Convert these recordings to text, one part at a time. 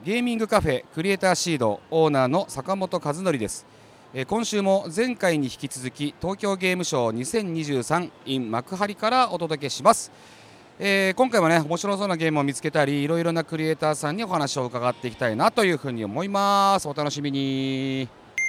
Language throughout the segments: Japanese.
ゲーミングカフェクリエイターシードオーナーの坂本和則です。今週も前回に引き続き東京ゲームショウ2023 in 幕張からお届けします。今回もね面白そうなゲームを見つけたりいろいろなクリエイターさんにお話を伺っていきたいなというふうに思います。お楽しみに。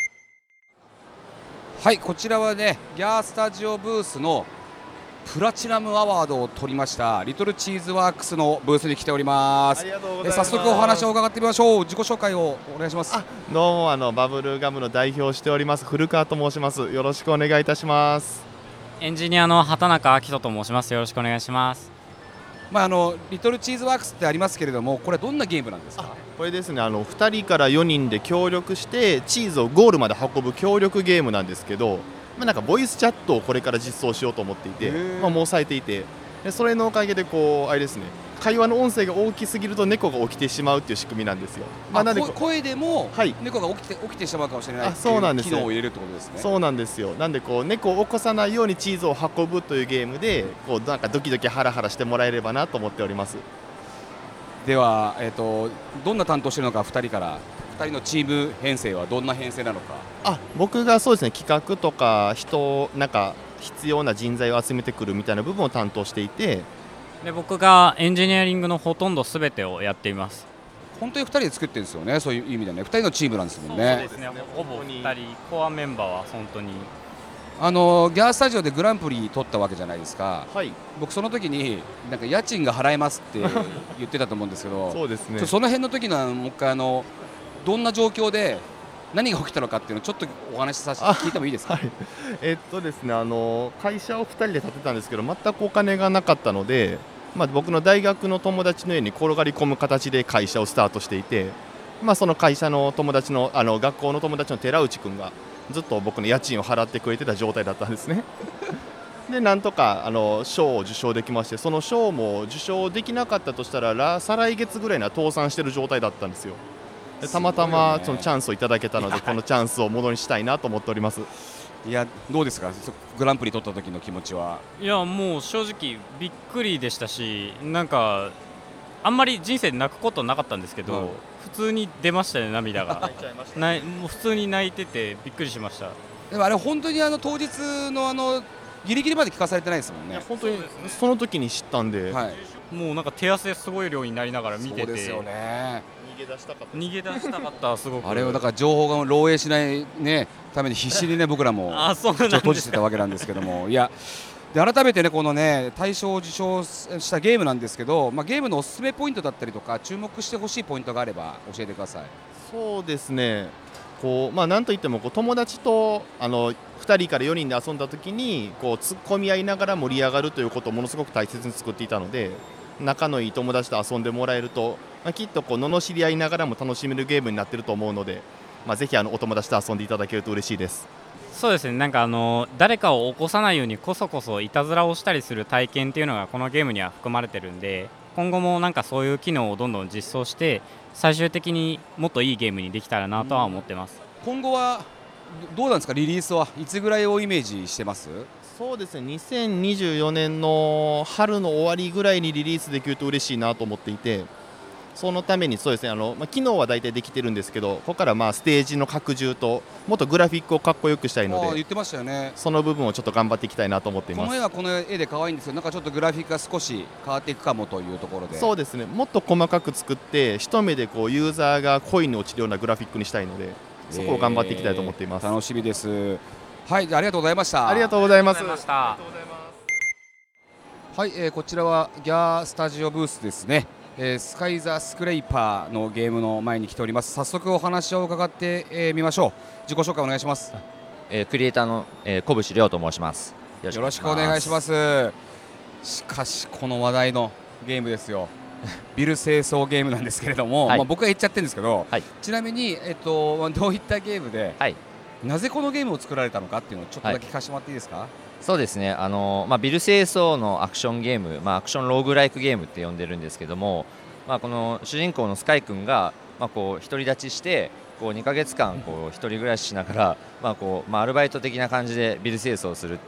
はい、こちらはねギャースタジオブースのプラチナムアワードを取りましたリトルチーズワークスのブースに来ております。 ありがとうございます。 早速お話を伺ってみましょう。自己紹介をお願いします。 どうもバブルガムの代表をしております古川と申します。よろしくお願いいたします。 エンジニアの畑中明人と申します。よろしくお願いします。 リトルチーズワークスってありますけれども、これどんなゲームなんですか？ これですね2人から4人で協力してチーズをゴールまで運ぶ協力ゲームなんですけど、なんかボイスチャットをこれから実装しようと思っていて、もうされていて、でそれのおかげであれですね、会話の音声が大きすぎると猫が起きてしまうっていう仕組みなんですよ。 なんで声でもはい猫が起きてしまうかもしれないってそうなんですよ。 いう機能を入れるってことですね。 そうなんですよ。なんで猫を起こさないようにチーズを運ぶというゲームでなんかドキドキハラハラしてもらえればなと思っております。 では、どんな担当しているのか2人のチーム編成はどんな編成なのか。 僕がそうですね、企画とかなんか必要な人材を集めてくるみたいな部分を担当していて、 で僕がエンジニアリングのほとんどすべてをやっています。 本当に2人で作ってるんですよね。そういう意味でね2人のチームなんですもんね。 そうですね、ほぼ2人コアメンバーは本当にギャースタジオでグランプリ取ったわけじゃないですか。 はい、 僕その時になんか家賃が払えますって言ってたと思うんですけどそうですね、 その辺の時のもう一回どんな状況で何が起きたのかっていうのをちょっとお話聞いてもいいですか？ はい、ですね会社を2人で建てたんですけど全くお金がなかったので、僕の大学の友達の家に転がり込む形で会社をスタートしていて、その会社の友達の学校の友達の寺内くんがずっと僕の家賃を払ってくれてた状態だったんですね。でなんとか賞を受賞できまして、その賞も受賞できなかったとしたら再来月ぐらいには倒産してる状態だったんですよ。でたまたまそのチャンスをいただけたので、このチャンスをものにしたいなと思っております。 いやどうですかグランプリ取った時の気持ちは？ いやもう正直びっくりでしたし、なんかあんまり人生で泣くことなかったんですけど、普通に出ましたね、涙がもう普通に泣いててびっくりしました。 でもあれ本当に当日のギリギリまで聞かされてないですもんね。 本当にその時に知ったんで、 もうなんか手汗すごい量になりながら見てて、 そうですよね、 逃げ出したかったすごくあれをだから情報が漏洩しないために必死に閉じてたわけなんですけども、いやで改めてこの大賞を受賞したゲームなんですけど、ゲームのおすすめポイントだったりとか注目してほしいポイントがあれば教えてください。 そうですね、なんといっても友達と2人から4人で遊んだ時に突っ込み合いながら盛り上がるということをものすごく大切に作っていたので、仲のいい友達と遊んでもらえると、きっと罵り合いながらも楽しめるゲームになっていると思うので、ぜひお友達と遊んでいただけると嬉しいです。 そうですね、なんか誰かを起こさないようにこそいたずらをしたりする体験っていうのがこのゲームには含まれてるんで、今後もなんかそういう機能をどんどん実装して最終的にもっといいゲームにできたらなとは思ってます。 今後はどうなんですか？リリースはいつぐらいをイメージしてます？ そうですね、2024年の春の終わりぐらいにリリースできると嬉しいなと思っていて、そのためにそうですね機能は大体できてるんですけど、ここからステージの拡充ともっとグラフィックをかっこよくしたいので、 言ってましたよね。 その部分をちょっと頑張っていきたいなと思っています。 この絵はこの絵で可愛いんですけど、なんかちょっとグラフィックが少し変わっていくかもというところで。 そうですね、もっと細かく作って一目でユーザーが恋に落ちるようなグラフィックにしたいので、そこを頑張っていきたいと思っています。 楽しみです。はい、じゃあありがとうございました。 ありがとうございます。 はい、こちらはギャースタジオブースですね。スカイザスクレイパーのゲームの前に来ております。早速お話を伺ってみましょう。自己紹介お願いします。 クリエイターの小渕亮と申します。 よろしくお願いします。しかしこの話題のゲームですよ。ビル清掃ゲームなんですけれども、僕が言っちゃってるんですけど、ちなみに、どういったゲームで、なぜこのゲームを作られたのかっていうのをちょっとだけ聞かせてもらっていいですか？ そうですね、ビル清掃のアクションゲーム、アクションローグライクゲームって呼んでるんですけども、この主人公のスカイ君が、独り立ちして2ヶ月間一人暮らししながら、アルバイト的な感じでビル清掃をするっていう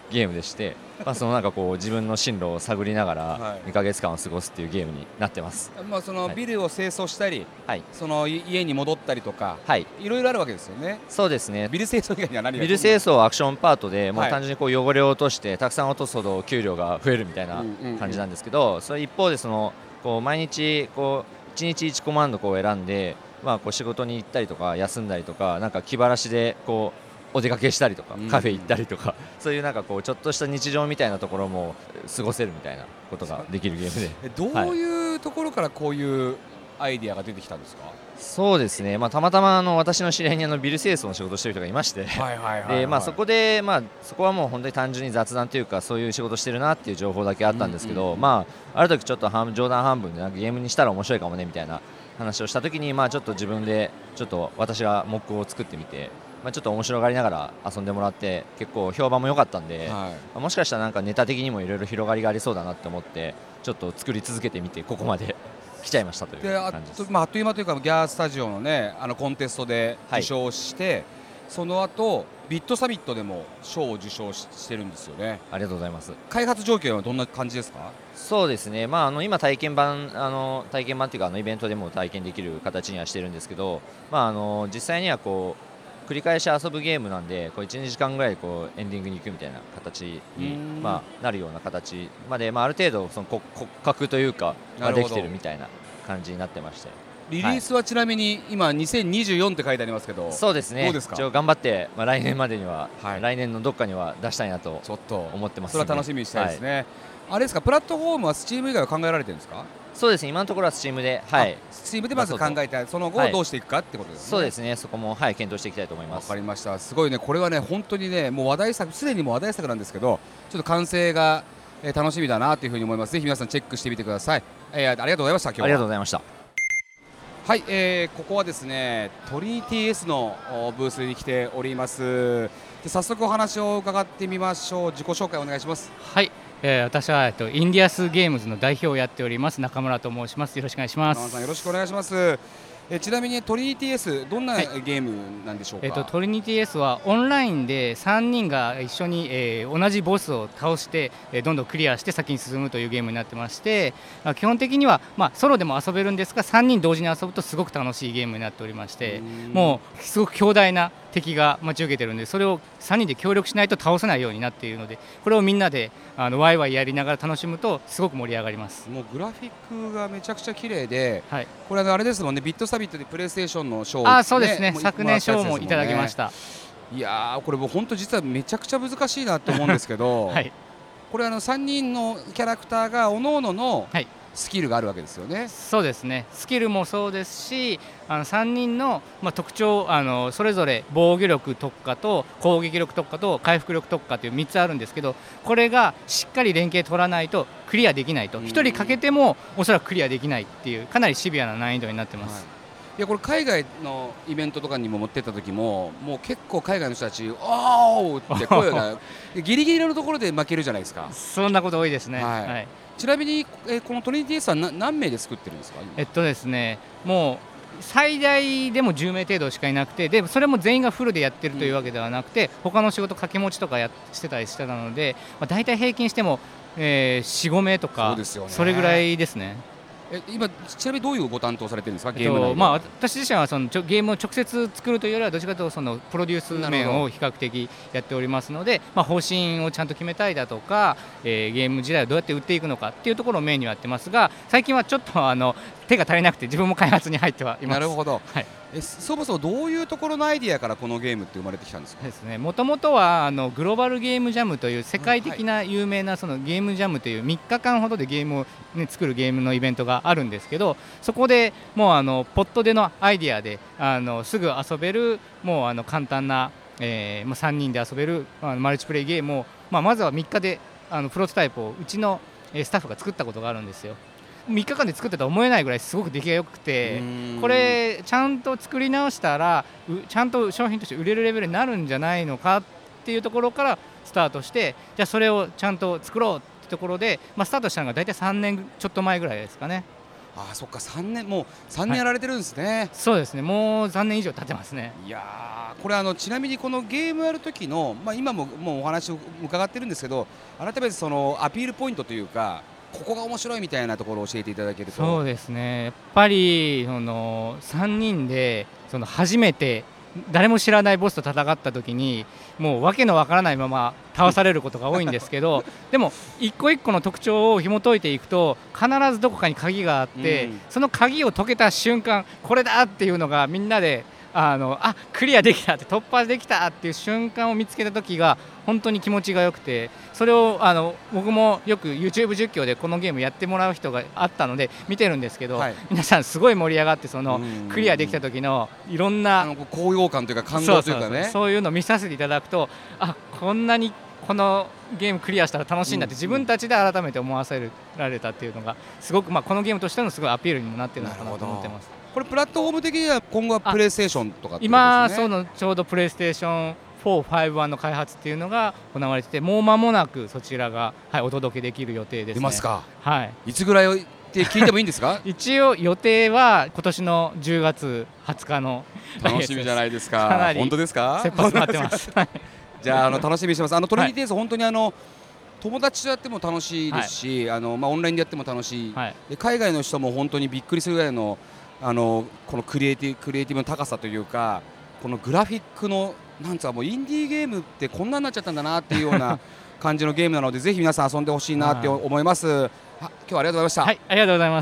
ゲームでして、そのなんかこう自分の進路を探りながはらい 2ヶ月間を過ごすっていうゲームになってます。 そのはいビルを清掃したり、 はいその家に戻ったりとか、 はいいろいろあるわけですよね。 そうですね。 ビル清掃以外には何がビル清掃はアクションパートでもうはい単純にこう汚れを落としてたくさん落とすほど給料が増えるみたいな感じなんですけど、それ一方でそのこう毎日こう1日1コマンドこう選んで、こう仕事に行ったりとか休んだりとか、なんか気晴らしでこうお出かけしたりとかカフェ行ったりとか、そういうなんかこうちょっとした日常みたいなところも過ごせるみたいなことができるゲームで。 どういうところからこういうアイディアが出てきたんですか？ そうですね、たまたま私の知り合いにビル清掃の仕事をしている人がいまして、 はいはいはいはいでそこで、そこはもう本当に単純に雑談というかそういう仕事してるなっていう情報だけあったんですけど、ある時ちょっと冗談半分でなんかゲームにしたら面白いかもねみたいな話をした時に、ちょっと自分でちょっと私がモックを作ってみて、ちょっと面白がりながら遊んでもらって結構評判も良かったんで、 はいもしかしたらなんかネタ的にもいろいろ広がりがありそうだなって思ってちょっと作り続けてみてここまで来ちゃいましたというであ感じです。 あっという間というかギャースタジオのねコンテストで受賞して、その後ビットサミットでも賞を受賞してるんですよね。 ありがとうございます。 開発状況はどんな感じですか？ そうですね、今体験版体験版というかイベントでも体験できる形にはしてるんですけど、実際にはこう繰り返し遊ぶゲームなんでこう 1,2 時間ぐらいこうエンディングに行くみたいな形になるような形まで、ある程度その骨格というかできてるみたいな感じになってまして、 リリースはちなみに今2024って書いてありますけど、 そうですね、 どうですか？ 一応頑張って、来年までには、 はい来年のどっかには出したいなとちょっと思ってますそれは楽しみにしたいですね。あれですか、プラットフォームは Steam 以外は考えられてるんですか？ そうですね、今のところは Steam で、はい、 Steam でまず考えて、その後どうしていくかってことですね。 そうですね、そこも、検討していきたいと思います。 わかりました。すごいね、これはね本当にねもう話題作、すでにもう話題作なんですけど、ちょっと完成が、楽しみだなというふうに思います。ぜひ皆さんチェックしてみてください。ありがとうございました。今日はありがとうございました。 はい、ここはですねトリニティ S のブースに来ております。で早速お話を伺ってみましょう。自己紹介お願いします。 はい、私はインディアスゲームズの代表をやっております中村と申します。よろしくお願いします。 中村さんよろしくお願いします。ちなみにトリニティ S どんな、 はいゲームなんでしょうか？ トリニティ S はオンラインで3人が一緒に、同じボスを倒して、どんどんクリアして先に進むというゲームになってまして、基本的には、ソロでも遊べるんですが3人同時に遊ぶとすごく楽しいゲームになっておりまして、もうすごく強大な敵が待ち受けてるんで、それを3人で協力しないと倒せないようになっているので、これをみんなでワイワイやりながら楽しむとすごく盛り上がります。 もうグラフィックがめちゃくちゃ綺麗で、 はい、 これあれですもんね、ビットサミットでプレイステーションの賞を、 そうですね、 もう昨年賞もいただきました。 いやーこれもう本当実はめちゃくちゃ難しいなと思うんですけど、 はい、 これ3人のキャラクターが各々のはい、 スキルがあるわけですよね。 そうですね、スキルもそうですし、3人の、特徴それぞれ防御力特化と攻撃力特化と回復力特化という3つあるんですけど、これがしっかり連携取らないとクリアできないと、1人かけてもおそらくクリアできないっていうかなりシビアな難易度になってます。 いやこれ海外のイベントとかにも持ってった時ももう結構海外の人たち「おー!」って声がギリギリのところで負けるじゃないですか。 そんなこと多いですね。 はいはい、 ちなみに、このトリニティ S は何名で作ってるんですか？ ですね、もう最大でも10名程度しかいなくて、でそれも全員がフルでやってるというわけではなくて、他の仕事掛け持ちとかしてたりしてたので、大体平均しても、4、5名とか それぐらいですね。 今ちなみにどういうご担当されてるんですか？ゲーム内で。 私自身はそのゲームを直接作るというよりはどちらかというとそのプロデュース面を比較的やっておりますので、方針をちゃんと決めたいだとか、ゲーム自体をどうやって売っていくのかっていうところをメインにやってますが、最近はちょっと手が足りなくて自分も開発に入ってはいます。 なるほど、 はい、 そもそもどういうところのアイディアからこのゲームって生まれてきたんですか？ ですね、もともとはグローバルゲームジャムという世界的な有名なそのゲームジャムという3日間ほどでゲームを、作るゲームのイベントがあるんですけど、そこでもうポットでのアイディアですぐ遊べるもう簡単な、3人で遊べるマルチプレイゲームを、まずは3日でプロトタイプをうちのスタッフが作ったことがあるんですよ。3日間で作ったとは思えないぐらいすごく出来が良くて、これちゃんと作り直したらちゃんと商品として売れるレベルになるんじゃないのかっていうところからスタートして、じゃあそれをちゃんと作ろうってところで、スタートしたのが大体3年ちょっと前ぐらいですかね。 ああそっかもう3年やられてるんですね。 そうですね、もう3年以上経ってますね。 いやーこれちなみにこのゲームやる時の、今ももうお話を伺ってるんですけど、改めてそのアピールポイントというかここが面白いみたいなところを教えていただけると。 そうですね、やっぱり3人で初めて誰も知らないボスと戦った時にもう訳のわからないまま倒されることが多いんですけどでも一個一個の特徴を紐解いていくと必ずどこかに鍵があって、その鍵を解けた瞬間これだっていうのがみんなでクリアできたって突破できたっていう瞬間を見つけた時が本当に気持ちが良くて、それを僕もよく YouTube 実況でこのゲームやってもらう人があったので見てるんですけど、皆さんすごい盛り上がってクリアできた時のいろんな高揚感というか感動というかね、 そういうのを見させていただくとこんなにこのゲームクリアしたら楽しいんだって自分たちで改めて思わせられたっていうのがすごく、このゲームとしてのすごいアピールにもなってるのかなと思ってます。 これプラットフォーム的には今後はプレイステーションとかってことですね。 今ちょうどプレイステーション4、5の開発っていうのが行われてて、もう間もなくそちらが、お届けできる予定ですね。 出ますか。 はい。 いつぐらいって聞いてもいいんですか？ 一応予定は今年の10月20日の楽しみじゃないですか。 かなり本当ですか？ 切羽詰まってます。 じゃあ楽しみにしてます。トリニティエース本当に友達とやっても楽しいですし、オンラインでやっても楽しい、で海外の人も本当にびっくりするぐらいのこのクリエイティブの高さというか、このグラフィックのなんつうかもうインディーゲームってこんなになっちゃったんだなっていうような感じのゲームなのでぜひ皆さん遊んでほしいなって思います。今日はありがとうございました。 はい、ありがとうございます。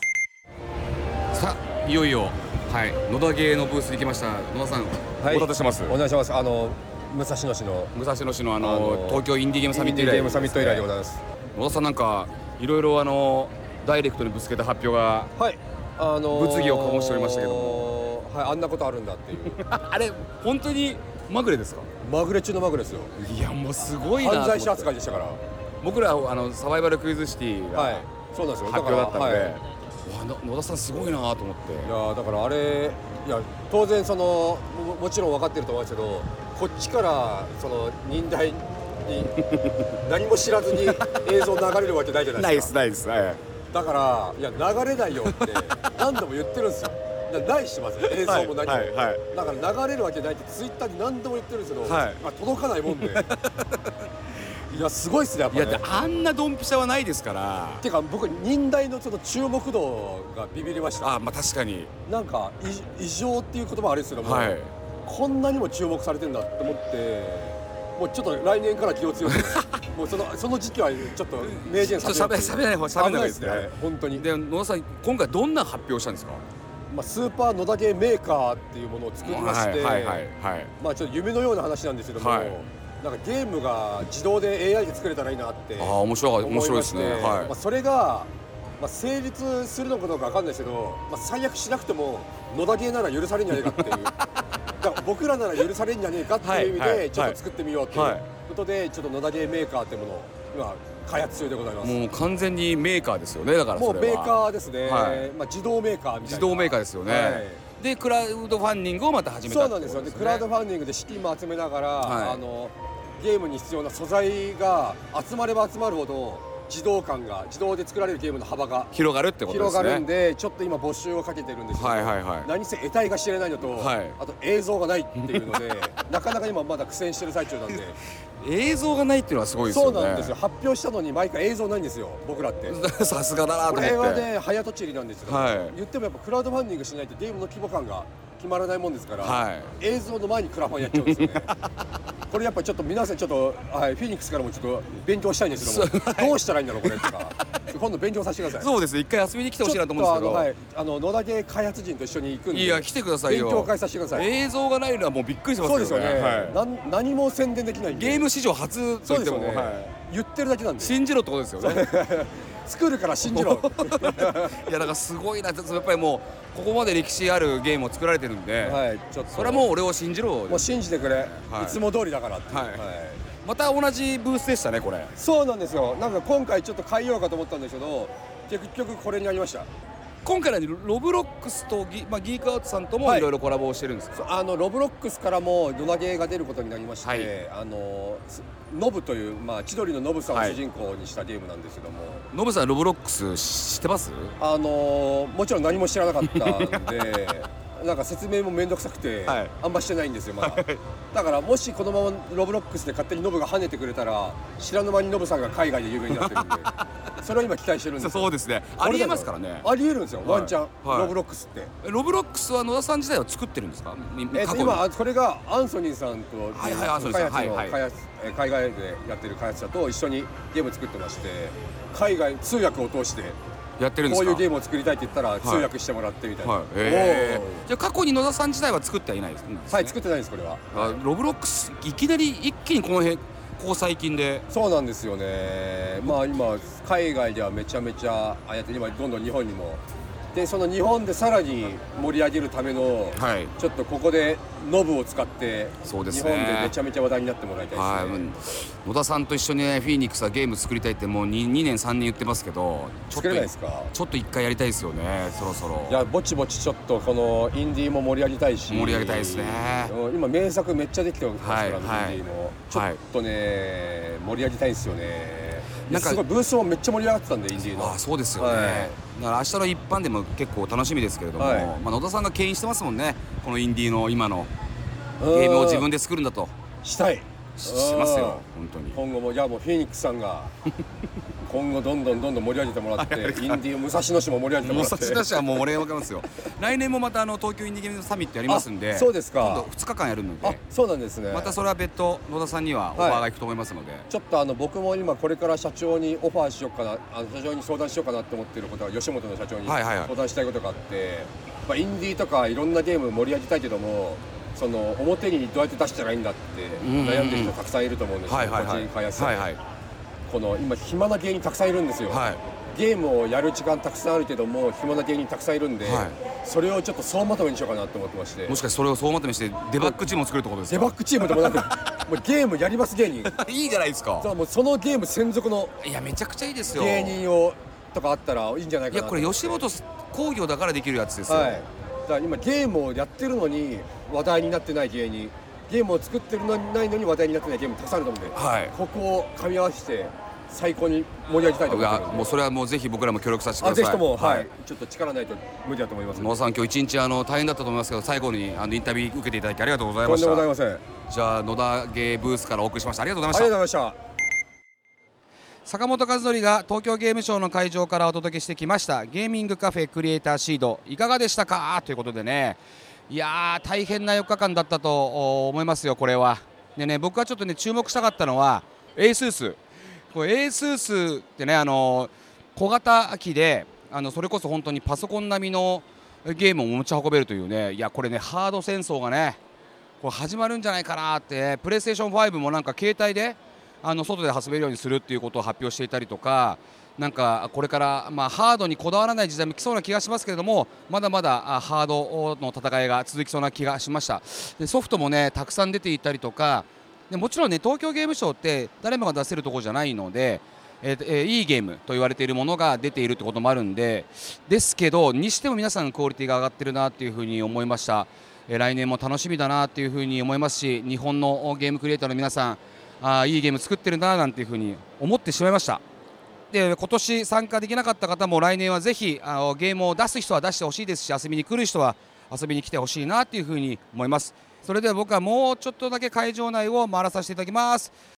さあいよいよ野田ゲーのブースに来ました。野田さん、お待たせします。 お願いします。武蔵野市の東京インディーゲームサミット以来ゲームサミット以来でございます。 野田さんなんかいろいろダイレクトにぶつけた発表が物議を醸しておりましたけども、 あんなことあるんだっていうあれ本当にまぐれですか？ まぐれ中のまぐれですよ。 いやもうすごいな。 犯罪者扱いでしたから。 僕らサバイバルクイズシティがそうなんですよ。 発表だったので、野田さんすごいなと思って。 いやだから当然もちろん分かってると思うんですけど、こっちから忍耐に何も知らずに映像流れるわけないじゃないですか。 ないです。 だから流れないよって何度も言ってるんですよ。ないします映像も何も、だから流れるわけないってツイッターで何度も言ってるんですけど、届かないもんでいやすごいっすねやっぱね。 いやあんなドンピシャはないですから。 てか僕忍耐の注目度がビビりました。 確かになんか異常っていう言葉あれですけども、こんなにも注目されてるんだって思って、もうちょっと来年から気をつけてもうその時期はちょっと明言させてしゃべらない方がいいですね。本当に。で野田さん今回どんな発表したんですか？ スーパー野田ゲーメーカーっていうものを作りまして、ちょっと夢のような話なんですけども、なんかゲームが自動で AI で作れたらいいなって面白いですね。 それが成立するのかどうかわかんないですけど、最悪しなくても野田ゲーなら許されるんじゃないかっていうだから僕らなら許されるんじゃないかっていう意味でちょっと作ってみようということで、ちょっと野田ゲーメーカーっていうものを今開発中でございます。 もう完全にメーカーですよね。だからもうメーカーですね。自動メーカーみたいな。 自動メーカーですよね。でクラウドファンディングをまた始めた。 そうなんですよね。クラウドファンディングで資金も集めながら、ゲームに必要な素材が集まれば集まるほど自動で作られるゲームの幅が広がるってことですね。 広がるんで、ちょっと今募集をかけてるんですけど、何せ得体が知れないのと、あと映像がないっていうのでなかなか今まだ苦戦してる最中なんで映像がないっていうのはすごいですよね。 そうなんですよ。発表したのに毎回映像ないんですよ僕らってさすがだなと思って。 これはね早とちりなんですけど、言ってもやっぱクラウドファンディングしないとゲームの規模感が決まらないもんですから、映像の前にクラファンやっちゃうんですよねこれやっぱちょっと皆さんちょっと、フェニックスからもちょっと勉強したいんですけどもどうしたらいいんだろうこれとか今度勉強させてください。 そうですね。一回遊びに来てほしいなと思うんですけど、 野田ゲー開発陣と一緒に行くんで、 いや来てくださいよ。 勉強会させてください。 映像がないのはもうびっくりしますよね。 そうですよね。何も宣伝できないんで。 ゲーム史上初と言っても言ってるだけなんで。 信じろってことですよね。 作るから信じろいやだからすごいな。やっぱりもうここまで歴史あるゲームを作られてるんで、それはもう俺を信じろ。 もう信じてくれ、いつも通りだからって。 また同じブースでしたねこれ。 そうなんですよ。なんか今回ちょっと変えようかと思ったんですけど結局これになりました。 今回はロブロックスとギークアウトさんともいろいろコラボをしてるんですか？ ロブロックスからも野田ゲーが出ることになりまして、 はい、 ノブという、千鳥のノブさんを主人公にしたゲームなんですけども、 ノブさんロブロックス知ってます？ もちろん何も知らなかったんでなんか説明も面倒くさくて、あんましてないんですよまだだからもしこのままロブロックスで勝手にノブが跳ねてくれたら知らぬ間にノブさんが海外で有名になってるんでそれは今期待してるんですよ。 そうですね、ありえますからね。 ありえるんですよ、ワンチャン、ロブロックスって。 ロブロックスは野田さん自体は作ってるんですか？ 今これがアンソニーさんと海外でやってる開発者と一緒にゲーム作ってまして、海外通訳を通してやってるんですか？ こういうゲームを作りたいって言ったら通訳してもらってみたいな。 じゃあ過去に野田さん自体は作ってはいないですね。 はい、作ってないです。これはロブロックスいきなり一気にこの辺ここ最近で。そうなんですよね。今海外ではめちゃめちゃああやって今どんどん日本にもで、その日本でさらに盛り上げるための、ちょっとここでノブを使って日本でめちゃめちゃ話題になってもらいたいですね。 野田さんと一緒にフィーニックスはゲーム作りたいってもう 2年3年言ってますけど、 作れないですか？ ちょっと一回やりたいですよね、そろそろ。 いや、ぼちぼちちょっとこのインディーも盛り上げたいし、 盛り上げたいですね。 今名作めっちゃできてますから、インディーもちょっとね盛り上げたいですよね。なんかすごいブースもめっちゃ盛り上がってたんで、インディーの。そうですよね。だから明日の一般でも結構楽しみですけれども、野田さんが牽引してますもんね、このインディーの今のゲームを自分で作るんだと。したいしますよ、本当に。今後もじゃあもうフィーニックスさんが今後どんどん盛り上げてもらって、インディー武蔵野市も盛り上げてもらって。武蔵野市はもう盛り上がりますよ。来年もまた東京インディーゲームサミットやりますんで。そうですか。今度2日間やるので。そうなんですね。またそれは別途野田さんにはオファーがいくと思いますので。ちょっと僕も今これから社長にオファーしようかな、社長に相談しようかなって思ってることは、吉本の社長に相談したいことがあって、インディーとかいろんなゲーム盛り上げたいけども、その表にどうやって出したらいいんだって悩んでる人たくさんいると思うんですよ、個人開発者で。この今暇な芸人たくさんいるんですよ。ゲームをやる時間たくさんあるけども暇な芸人たくさんいるんで、それをちょっと総まとめにしようかなと思ってまして。もしかしてそれを総まとめしてデバッグチームを作るってことですか？デバッグチームでもなくもうゲームやります芸人いいじゃないですか。もうそのゲーム専属のいやめちゃくちゃいいですよ、芸人をとかあったらいいんじゃないかな。いやこれ吉本興業だからできるやつですよ。だから今ゲームをやってるのに話題になってない芸人、ゲームを作ってるのにないのに話題になってないゲームたくさんあると思うんで、ここを噛み合わせて最高に盛り上げたいと思ってるので。もうそれはもうぜひ僕らも協力させてください。ぜひとも、ちょっと力ないと無理だと思います。野田さん今日一日大変だったと思いますけど、最後にインタビュー受けていただきありがとうございました。とんでもございません。じゃあ野田ゲーブースからお送りしました。ありがとうございました。ありがとうございました。坂本和則が東京ゲームショウの会場からお届けしてきましたゲーミングカフェクリエイターシード、いかがでしたかということでね、いやー大変な4日間だったと思いますよ、これは。でね、僕はちょっとね注目したかったのは ASUS。これ ASUS ってね、小型機でそれこそ本当にパソコン並みのゲームを持ち運べるというね、いやこれねハード戦争がねこれ始まるんじゃないかなって、プレイステーション5もなんか携帯で外で遊べるようにするっていうことを発表していたりとか、なんかこれから、ハードにこだわらない時代も来そうな気がしますけれども、まだまだハードの戦いが続きそうな気がしました。でソフトもねたくさん出ていたりとかで、もちろんね東京ゲームショウって誰もが出せるところじゃないので、いいゲームと言われているものが出ているってこともあるんですけど、にしても皆さんクオリティが上がってるなっていうふうに思いました。来年も楽しみだなっていうふうに思いますし、日本のゲームクリエイターの皆さんいいゲーム作ってるななんていうふうに思ってしまいました。で今年参加できなかった方も来年はぜひゲームを出す人は出してほしいですし、遊びに来る人は遊びに来てほしいなっていうふうに思います。それでは僕はもうちょっとだけ会場内を回らさせていただきます。